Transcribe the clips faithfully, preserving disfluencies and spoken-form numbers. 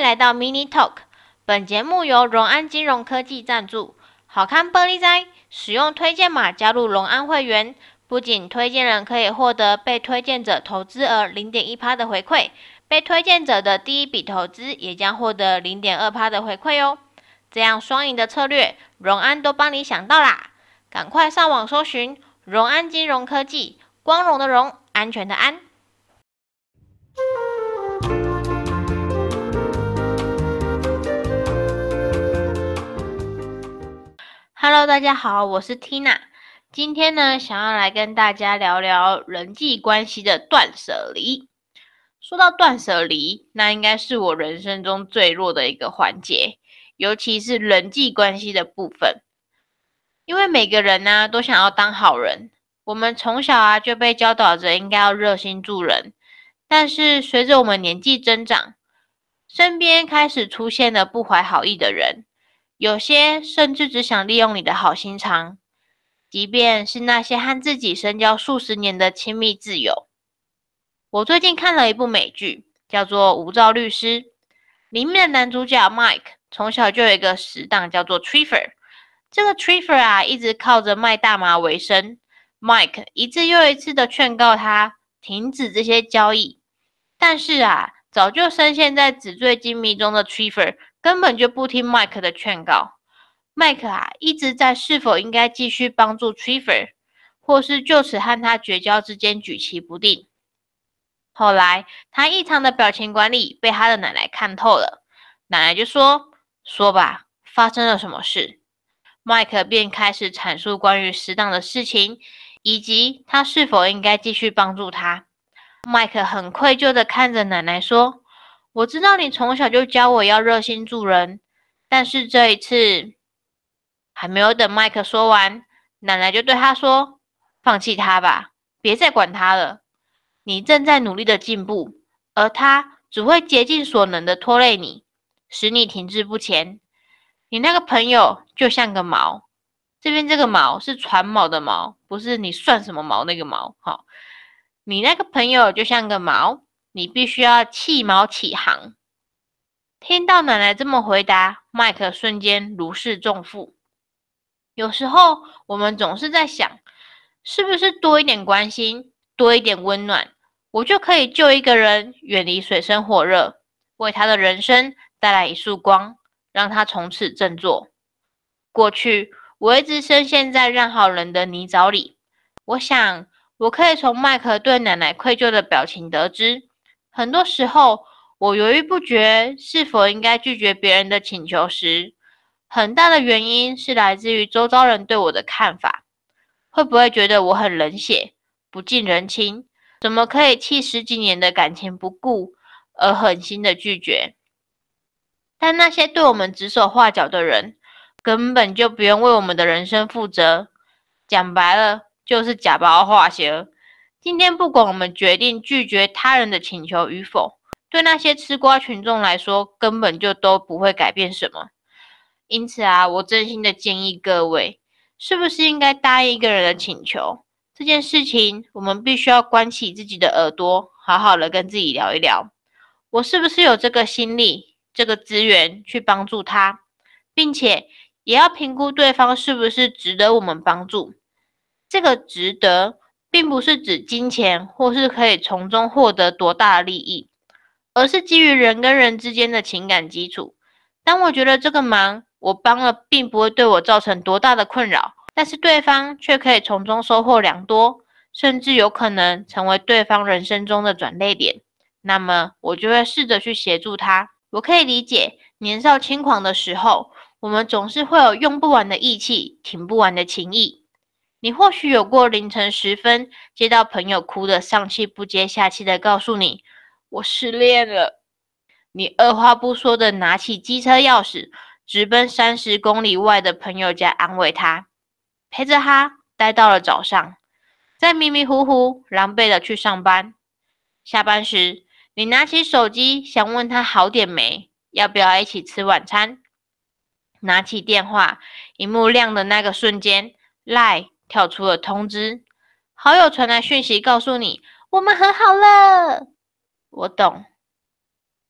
迎来到 Mini Talk， 本节目由荣安金融科技赞助。好看玻璃斋，使用推荐码加入荣安会员，不仅推荐人可以获得被推荐者投资额 百分之零点一 的回馈，被推荐者的第一笔投资也将获得 百分之零点二 的回馈哦。这样双赢的策略，荣安都帮你想到啦！赶快上网搜寻荣安金融科技，光荣的荣，安全的安。Hello， 大家好，我是 Tina。今天呢，想要来跟大家聊聊人际关系的断舍离。说到断舍离，那应该是我人生中最弱的一个环节，尤其是人际关系的部分。因为每个人呢、啊、都想要当好人，我们从小啊就被教导着应该要热心助人，但是随着我们年纪增长，身边开始出现了不怀好意的人。有些甚至只想利用你的好心肠，即便是那些和自己深交数十年的亲密挚友。我最近看了一部美剧，叫做《无照律师》，里面的男主角 Mike 从小就有一个死党叫做 Trevor。这个 Trevor 啊，一直靠着卖大麻为生。Mike 一次又一次的劝告他停止这些交易，但是啊，早就深陷在纸醉金迷中的 Trevor根本就不听 Mike 的劝告。Mike 啊，一直在是否应该继续帮助 Trevor， 或是就此和他绝交之间举棋不定。后来，他异常的表情管理被他的奶奶看透了，奶奶就说：“说吧，发生了什么事？” Mike 便开始阐述关于死党的事情，以及他是否应该继续帮助他。Mike 很愧疚的看着奶奶说：“我知道你从小就教我要热心助人，但是这一次……”还没有等 Mike 说完，奶奶就对他说：“放弃他吧，别再管他了。你正在努力的进步，而他只会竭尽所能的拖累你，使你停滞不前。你那个朋友就像个锚，这边这个锚是船锚的锚，不是你算什么锚那个锚。好，你那个朋友就像个锚，你必须要弃锚起航。”听到奶奶这么回答，麦克瞬间如释重负。有时候我们总是在想，是不是多一点关心，多一点温暖，我就可以救一个人远离水深火热，为他的人生带来一束光，让他从此振作。过去我一直深陷在让好人的泥沼里，我想我可以从麦克对奶奶愧疚的表情得知，很多时候我犹豫不决是否应该拒绝别人的请求时，很大的原因是来自于周遭人对我的看法，会不会觉得我很冷血、不近人情？怎么可以弃十几年的感情不顾，而狠心的拒绝？但那些对我们指手画脚的人，根本就不用为我们的人生负责。讲白了，就是假包化学。今天不管我们决定拒绝他人的请求与否，对那些吃瓜群众来说，根本就都不会改变什么。因此啊，我真心的建议各位，是不是应该答应一个人的请求？这件事情，我们必须要关起自己的耳朵，好好的跟自己聊一聊，我是不是有这个心力、这个资源去帮助他，并且也要评估对方是不是值得我们帮助。这个值得，并不是指金钱或是可以从中获得多大的利益，而是基于人跟人之间的情感基础。当我觉得这个忙我帮了并不会对我造成多大的困扰，但是对方却可以从中收获良多，甚至有可能成为对方人生中的转捩点，那么我就会试着去协助他。我可以理解年少轻狂的时候，我们总是会有用不完的义气，挺不完的情谊。你或许有过凌晨时分接到朋友哭得上气不接下气的告诉你我失恋了，你二话不说的拿起机车钥匙，直奔三十公里外的朋友家安慰他，陪着他待到了早上，再迷迷糊糊狼狈的去上班。下班时，你拿起手机想问他好点没，要不要一起吃晚餐。拿起电话，荧幕亮的那个瞬间 ，LINE 跳出了通知，好友传来讯息告诉你我们和好了。我懂。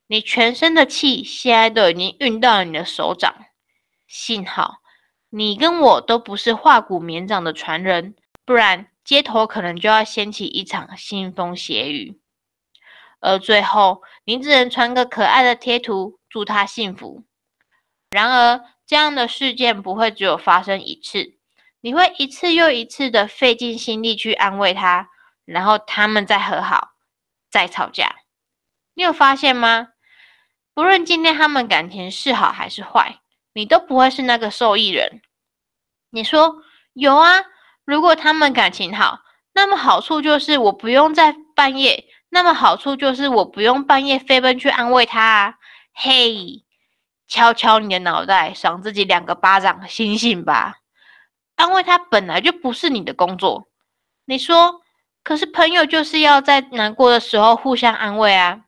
你全身的气现在都已经运到了你的手掌，幸好你跟我都不是化骨绵掌的传人，不然街头可能就要掀起一场腥风血雨。而最后，你只能传个可爱的贴图，祝他幸福。然而，这样的事件不会只有发生一次，你会一次又一次的费尽心力去安慰他，然后他们再和好，再吵架。你有发现吗？不论今天他们感情是好还是坏，你都不会是那个受益人。你说有啊，如果他们感情好，那么好处就是我不用在半夜，那么好处就是我不用半夜飞奔去安慰他啊。嘿，敲敲你的脑袋，赏自己两个巴掌，醒醒吧！安慰他本来就不是你的工作。你说，可是朋友就是要在难过的时候互相安慰啊。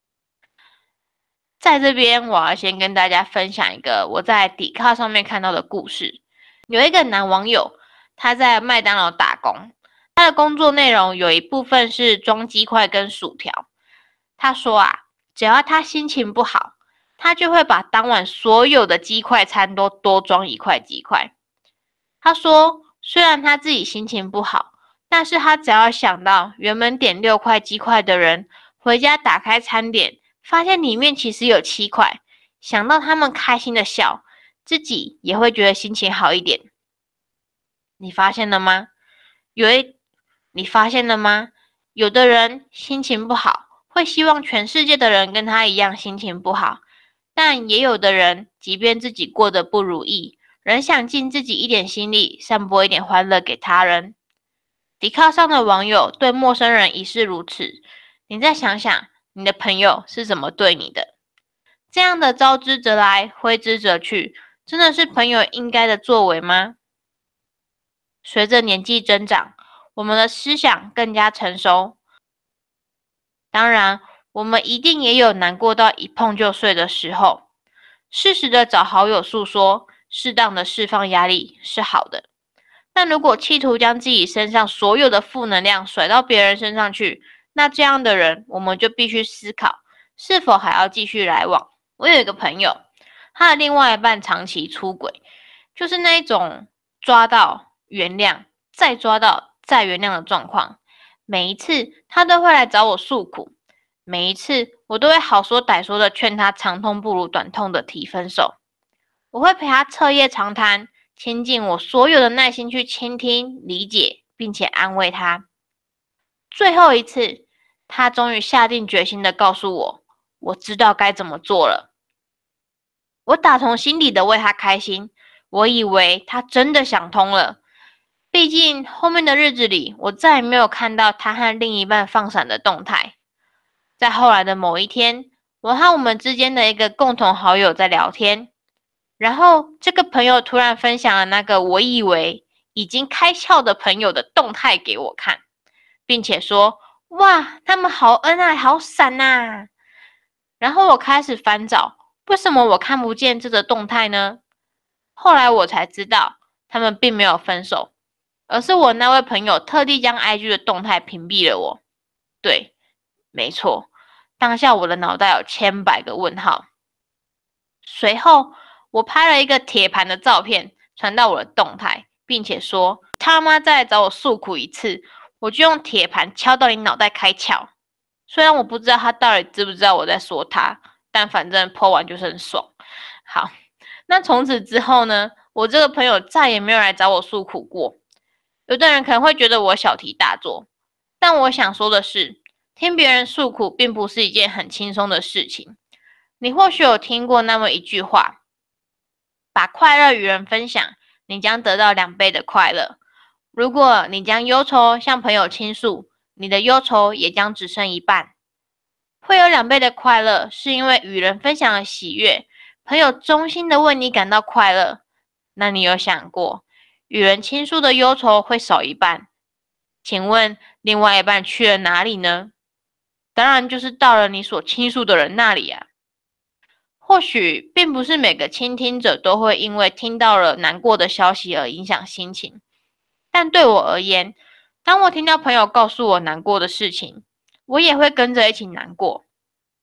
在这边，我要先跟大家分享一个我在迪卡上面看到的故事。有一个男网友，他在麦当劳打工，他的工作内容有一部分是装鸡块跟薯条。他说啊，只要他心情不好，他就会把当晚所有的鸡块餐都多装一块鸡块。他说，虽然他自己心情不好，但是他只要想到原本点六块鸡块的人，回家打开餐点，发现里面其实有七块，想到他们开心的笑，自己也会觉得心情好一点。你发现了吗？有一，你发现了吗？有的人心情不好，会希望全世界的人跟他一样心情不好，但也有的人，即便自己过得不如意，仍想尽自己一点心力，散播一点欢乐给他人。迪卡上的网友对陌生人已是如此，你再想想，你的朋友是怎么对你的？这样的招之则来，挥之则去，真的是朋友应该的作为吗？随着年纪增长，我们的思想更加成熟。当然，我们一定也有难过到一碰就碎的时候。适时的找好友诉说，适当的释放压力是好的。但如果企图将自己身上所有的负能量甩到别人身上去，那这样的人，我们就必须思考，是否还要继续来往。我有一个朋友，他的另外一半长期出轨，就是那一种抓到原谅，再抓到再原谅的状况。每一次他都会来找我诉苦，每一次我都会好说歹说的劝他长痛不如短痛的提分手。我会陪他彻夜长谈，倾尽我所有的耐心去倾听、理解，并且安慰他。最后一次，他终于下定决心的告诉我，我知道该怎么做了。我打从心底的为他开心，我以为他真的想通了。毕竟后面的日子里，我再也没有看到他和另一半放闪的动态。在后来的某一天，我和我们之间的一个共同好友在聊天，然后这个朋友突然分享了那个我以为已经开窍的朋友的动态给我看，并且说：哇，他们好恩爱，好闪呐！然后我开始翻找，为什么我看不见这个动态呢？后来我才知道，他们并没有分手，而是我那位朋友特地将 I G 的动态屏蔽了我。对，没错，当下我的脑袋有千百个问号。随后，我拍了一个铁盘的照片传到我的动态，并且说：他妈再来找我诉苦一次，我就用铁盘敲到你脑袋开窍。虽然我不知道他到底知不知道我在说他，但反正 po 完就是很爽。好，那从此之后呢，我这个朋友再也没有来找我诉苦过。有的人可能会觉得我小题大做，但我想说的是，听别人诉苦并不是一件很轻松的事情。你或许有听过那么一句话：把快乐与人分享，你将得到两倍的快乐。如果你将忧愁向朋友倾诉，你的忧愁也将只剩一半。会有两倍的快乐，是因为与人分享的喜悦，朋友衷心的为你感到快乐。那你有想过，与人倾诉的忧愁会少一半？请问另外一半去了哪里呢？当然就是到了你所倾诉的人那里啊。或许并不是每个倾听者都会因为听到了难过的消息而影响心情，但对我而言，当我听到朋友告诉我难过的事情，我也会跟着一起难过。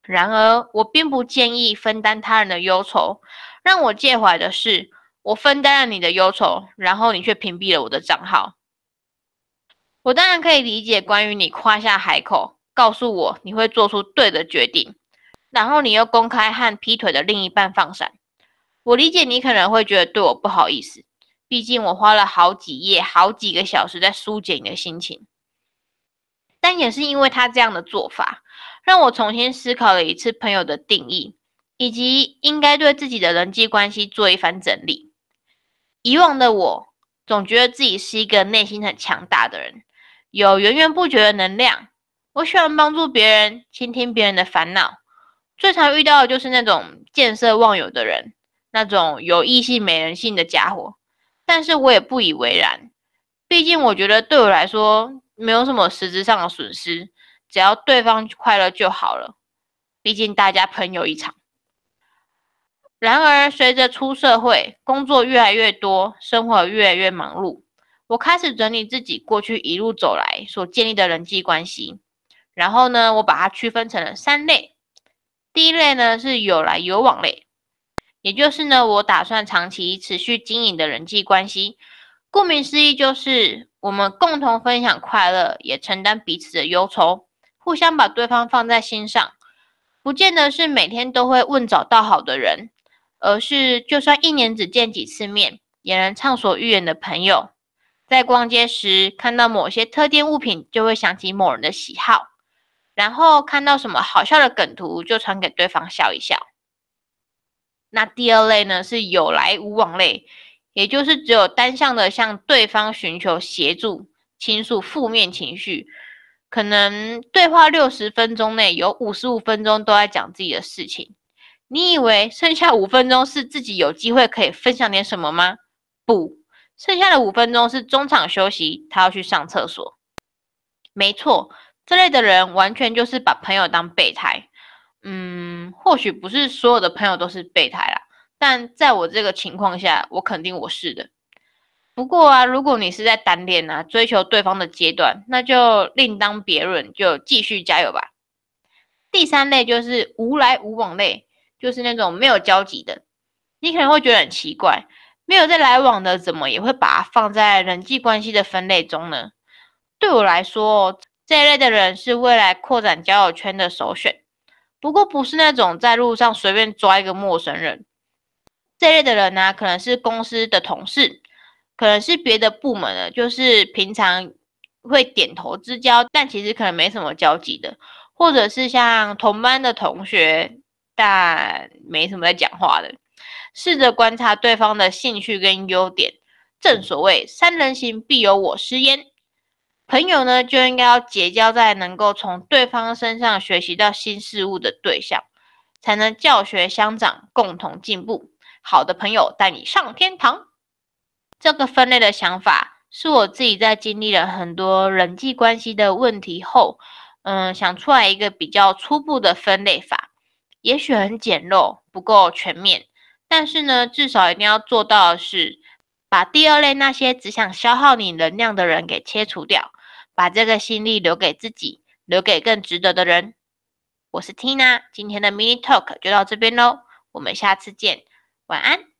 然而，我并不建议分担他人的忧愁。让我介怀的是，我分担了你的忧愁，然后你却屏蔽了我的账号。我当然可以理解关于你夸下海口，告诉我你会做出对的决定，然后你又公开和劈腿的另一半放闪。我理解你可能会觉得对我不好意思，毕竟我花了好几页、好几个小时在疏解你的心情。但也是因为他这样的做法，让我重新思考了一次朋友的定义，以及应该对自己的人际关系做一番整理。以往的我总觉得自己是一个内心很强大的人，有源源不绝的能量。我喜欢帮助别人，倾听别人的烦恼。最常遇到的就是那种见色忘友的人，那种有异性没人性的家伙。但是我也不以为然，毕竟我觉得对我来说没有什么实质上的损失，只要对方快乐就好了。毕竟大家朋友一场。然而，随着出社会，工作越来越多，生活越来越忙碌，我开始整理自己过去一路走来所建立的人际关系。然后呢，我把它区分成了三类。第一类呢是有来有往类，也就是呢，我打算长期持续经营的人际关系。顾名思义，就是我们共同分享快乐，也承担彼此的忧愁，互相把对方放在心上。不见得是每天都会问早到好的人，而是就算一年只见几次面，也能畅所欲言的朋友。在逛街时看到某些特定物品，就会想起某人的喜好，然后看到什么好笑的梗图，就传给对方笑一笑。那第二类呢，是有来无往类，也就是只有单向的向对方寻求协助，倾诉负面情绪。可能对话六十分钟内有五十五分钟都在讲自己的事情。你以为剩下五分钟是自己有机会可以分享点什么吗？不，剩下的五分钟是中场休息，他要去上厕所。没错，这类的人完全就是把朋友当备胎。嗯，或许不是所有的朋友都是备胎啦，但在我这个情况下，我肯定我是的。不过啊，如果你是在单恋啊，追求对方的阶段，那就另当别论，就继续加油吧。第三类就是无来无往类，就是那种没有交集的。你可能会觉得很奇怪，没有在来往的，怎么也会把它放在人际关系的分类中呢？对我来说，这一类的人是未来扩展交友圈的首选。不过不是那种在路上随便抓一个陌生人。这一类的人呢、啊，可能是公司的同事，可能是别的部门的，就是平常会点头之交，但其实可能没什么交集的，或者是像同班的同学，但没什么在讲话的。试着观察对方的兴趣跟优点，正所谓三人行必有我师焉。朋友呢，就应该要结交在能够从对方身上学习到新事物的对象，才能教学相长，共同进步。好的朋友带你上天堂。这个分类的想法是我自己在经历了很多人际关系的问题后，嗯，想出来一个比较初步的分类法。也许很简陋，不够全面，但是呢，至少一定要做到的是，把第二类那些只想消耗你能量的人给切除掉，把这个心力留给自己，留给更值得的人。我是 Tina，今天的 mini talk 就到这边喽，我们下次见，晚安。